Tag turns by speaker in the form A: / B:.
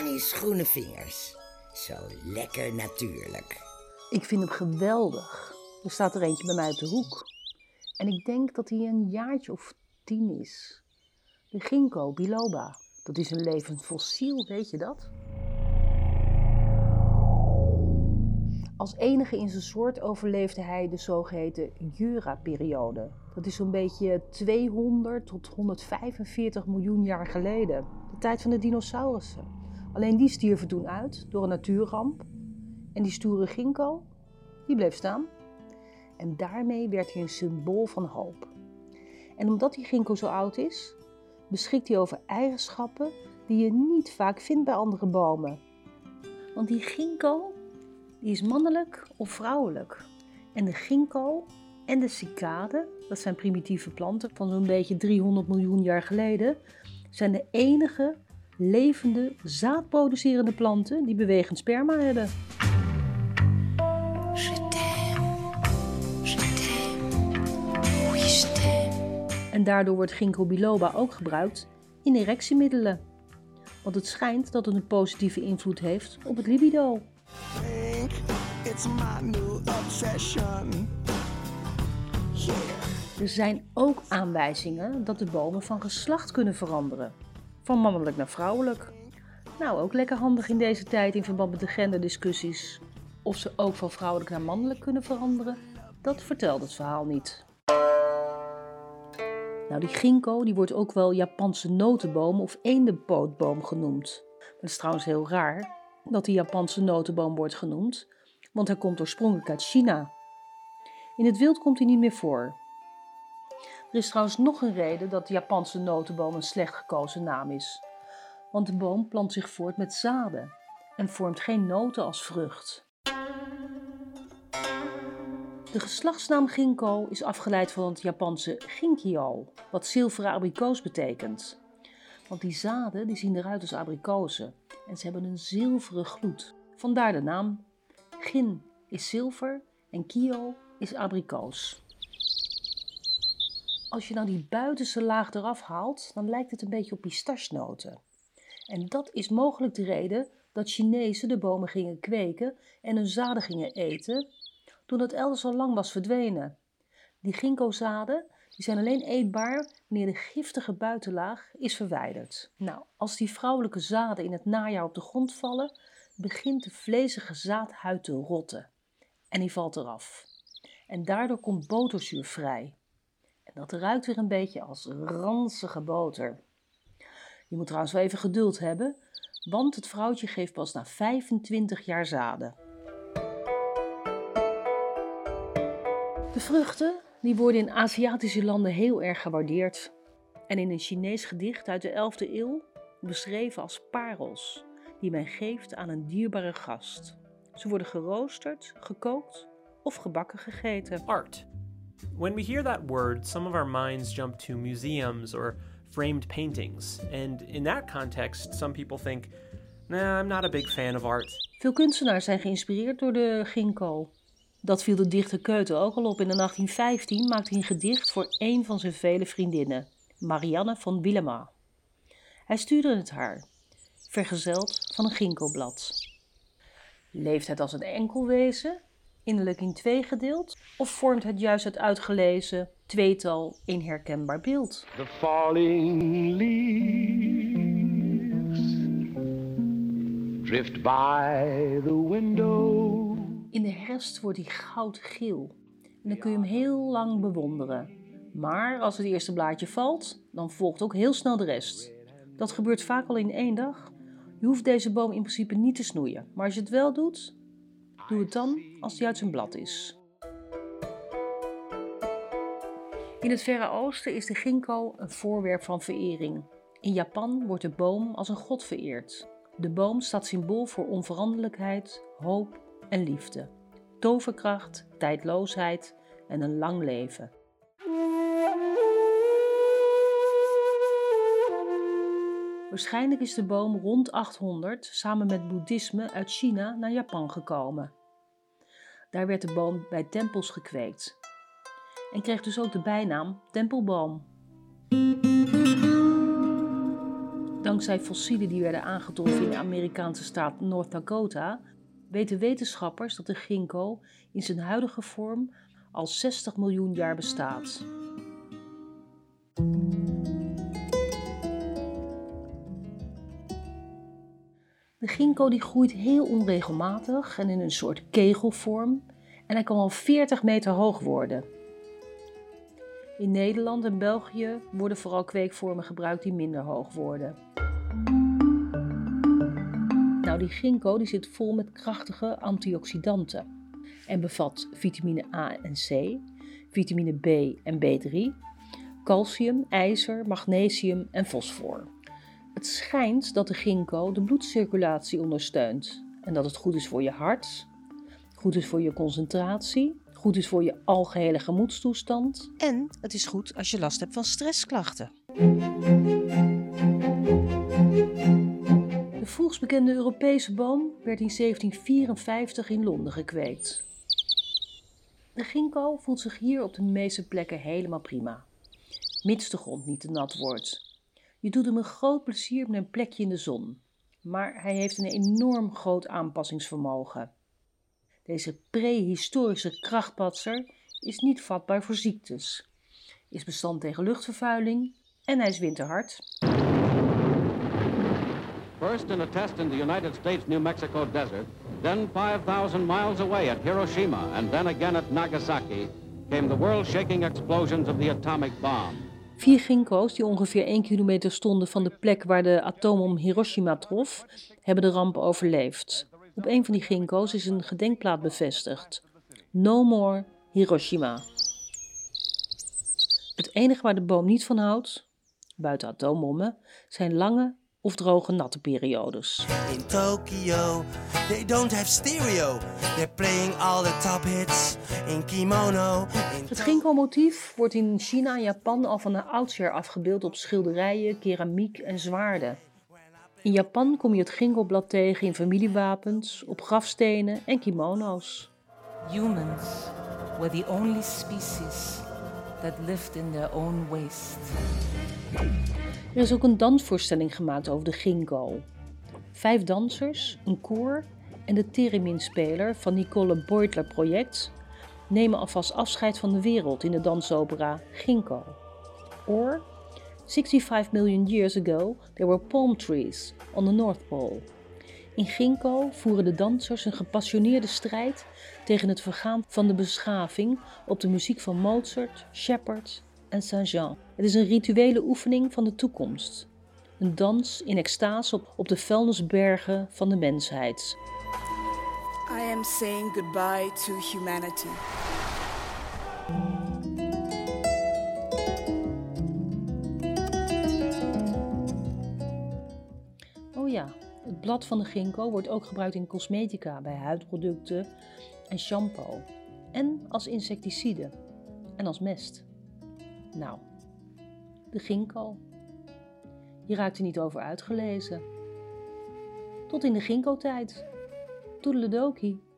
A: Annie's groene vingers. Zo lekker natuurlijk.
B: Ik vind hem geweldig. Er staat er eentje bij mij op de hoek. En ik denk dat hij een jaartje of 10 is. De ginkgo biloba. Dat is een levend fossiel, weet je dat? Als enige in zijn soort overleefde hij de zogeheten Jura-periode. Dat is zo'n beetje 200 tot 145 miljoen jaar geleden. De tijd van de dinosaurussen. Alleen die stierven toen uit door een natuurramp. En die stoere ginkgo, die bleef staan. En daarmee werd hij een symbool van hoop. En omdat die ginkgo zo oud is, beschikt hij over eigenschappen die je niet vaak vindt bij andere bomen. Want die ginkgo, die is mannelijk of vrouwelijk. En de ginkgo en de cycade, dat zijn primitieve planten van zo'n beetje 300 miljoen jaar geleden, zijn de enige levende zaadproducerende planten die bewegend sperma hebben. En daardoor wordt ginkgo biloba ook gebruikt in erectiemiddelen. Want het schijnt dat het een positieve invloed heeft op het libido. Er zijn ook aanwijzingen dat de bomen van geslacht kunnen veranderen. Van mannelijk naar vrouwelijk. Nou, ook lekker handig in deze tijd in verband met de genderdiscussies. Of ze ook van vrouwelijk naar mannelijk kunnen veranderen, dat vertelt het verhaal niet. Nou, die ginkgo die wordt ook wel Japanse notenboom of eendenpootboom genoemd. Het is trouwens heel raar dat die Japanse notenboom wordt genoemd, want hij komt oorspronkelijk uit China. In het wild komt hij niet meer voor. Er is trouwens nog een reden dat de Japanse notenboom een slecht gekozen naam is. Want de boom plant zich voort met zaden en vormt geen noten als vrucht. De geslachtsnaam ginkgo is afgeleid van het Japanse ginkgo, wat zilveren abrikoos betekent. Want die zaden die zien eruit als abrikozen en ze hebben een zilveren gloed. Vandaar de naam. Gin is zilver en kyo is abrikoos. Als je nou die buitenste laag eraf haalt, dan lijkt het een beetje op pistachenoten. En dat is mogelijk de reden dat Chinezen de bomen gingen kweken en hun zaden gingen eten, toen het elders al lang was verdwenen. Die ginkgozaden die zijn alleen eetbaar wanneer de giftige buitenlaag is verwijderd. Nou, als die vrouwelijke zaden in het najaar op de grond vallen, begint de vlezige zaadhuid te rotten. En die valt eraf. En daardoor komt boterzuur vrij. En dat ruikt weer een beetje als ranzige boter. Je moet trouwens wel even geduld hebben, want het vrouwtje geeft pas na 25 jaar zaden. De vruchten die worden in Aziatische landen heel erg gewaardeerd. En in een Chinees gedicht uit de 11e eeuw beschreven als parels, die men geeft aan een dierbare gast. Ze worden geroosterd, gekookt of gebakken gegeten.
C: Art. When we hear that word, some of our minds jump to museums or framed paintings. And in that context, some people think, nah, I'm not a big fan of art.
B: Veel kunstenaars zijn geïnspireerd door de ginkgo. Dat viel de dichter Goethe ook al op. In 1815 maakte hij een gedicht voor een van zijn vele vriendinnen, Marianne van Willema. Hij stuurde het haar, vergezeld van een ginkgoblad. Leeft het als een enkel wezen, innerlijk in twee gedeeld, of vormt het juist het uitgelezen tweetal een herkenbaar beeld?
D: The falling leaves drift by the window.
B: In de herfst wordt hij goudgeel en dan kun je hem heel lang bewonderen. Maar als het eerste blaadje valt, dan volgt ook heel snel de rest. Dat gebeurt vaak al in 1 dag. Je hoeft deze boom in principe niet te snoeien, maar als je het wel doet, doe het dan als hij uit zijn blad is. In het Verre Oosten is de ginkgo een voorwerp van verering. In Japan wordt de boom als een god vereerd. De boom staat symbool voor onveranderlijkheid, hoop en liefde, toverkracht, tijdloosheid en een lang leven. Waarschijnlijk is de boom rond 800 samen met boeddhisme uit China naar Japan gekomen. Daar werd de boom bij tempels gekweekt en kreeg dus ook de bijnaam tempelboom. Dankzij fossielen die werden aangetroffen in de Amerikaanse staat North Dakota, weten wetenschappers dat de ginkgo in zijn huidige vorm al 60 miljoen jaar bestaat. De ginkgo die groeit heel onregelmatig en in een soort kegelvorm en hij kan al 40 meter hoog worden. In Nederland en België worden vooral kweekvormen gebruikt die minder hoog worden. Nou, die ginkgo die zit vol met krachtige antioxidanten en bevat vitamine A en C, vitamine B en B3, calcium, ijzer, magnesium en fosfor. Het schijnt dat de ginkgo de bloedcirculatie ondersteunt en dat het goed is voor je hart, goed is voor je concentratie, goed is voor je algehele gemoedstoestand.
E: En het is goed als je last hebt van stressklachten.
B: De vroegst bekende Europese boom werd in 1754 in Londen gekweekt. De ginkgo voelt zich hier op de meeste plekken helemaal prima, mits de grond niet te nat wordt. Je doet hem een groot plezier met een plekje in de zon, maar hij heeft een enorm groot aanpassingsvermogen. Deze prehistorische krachtpatser is niet vatbaar voor ziektes, is bestand tegen luchtvervuiling en hij is winterhard.
F: First in a test in the United States New Mexico desert, then 5,000 miles away at Hiroshima, and then again at Nagasaki, came the world-shaking explosions of the atomic bomb.
B: 4 ginkgo's die ongeveer 1 kilometer stonden van de plek waar de atoombom Hiroshima trof, hebben de ramp overleefd. Op een van die ginkgo's is een gedenkplaat bevestigd. No more Hiroshima. Het enige waar de boom niet van houdt, buiten atoombommen, zijn lange of droge natte periodes.
G: In Tokyo, they don't have stereo. They're playing all the top hits in kimono.
B: Het ginkgo-motief wordt in China en Japan al van oudsher afgebeeld op schilderijen, keramiek en zwaarden. In Japan kom je het ginkgoblad tegen in familiewapens, op grafstenen en kimono's.
E: Humans were the only species that lived in their own waste.
B: Er is ook een dansvoorstelling gemaakt over de ginkgo. 5 dansers, een koor en de theremin-speler van Nicole Beutler project nemen alvast afscheid van de wereld in de dansopera Ginkgo. Or 65 million years ago there were palm trees on the North Pole. In Ginkgo voeren de dansers een gepassioneerde strijd tegen het vergaan van de beschaving op de muziek van Mozart, Shepard en Saint-Jean. Het is een rituele oefening van de toekomst. Een dans in extase op de vuilnisbergen van de mensheid.
H: I am saying goodbye to humanity.
B: Oh ja, het blad van de ginkgo wordt ook gebruikt in cosmetica, bij huidproducten en shampoo. En als insecticide en als mest. Nou, de ginkgo. Je raakt er niet over uitgelezen. Tot in de ginkgo-tijd. Toedeledokie.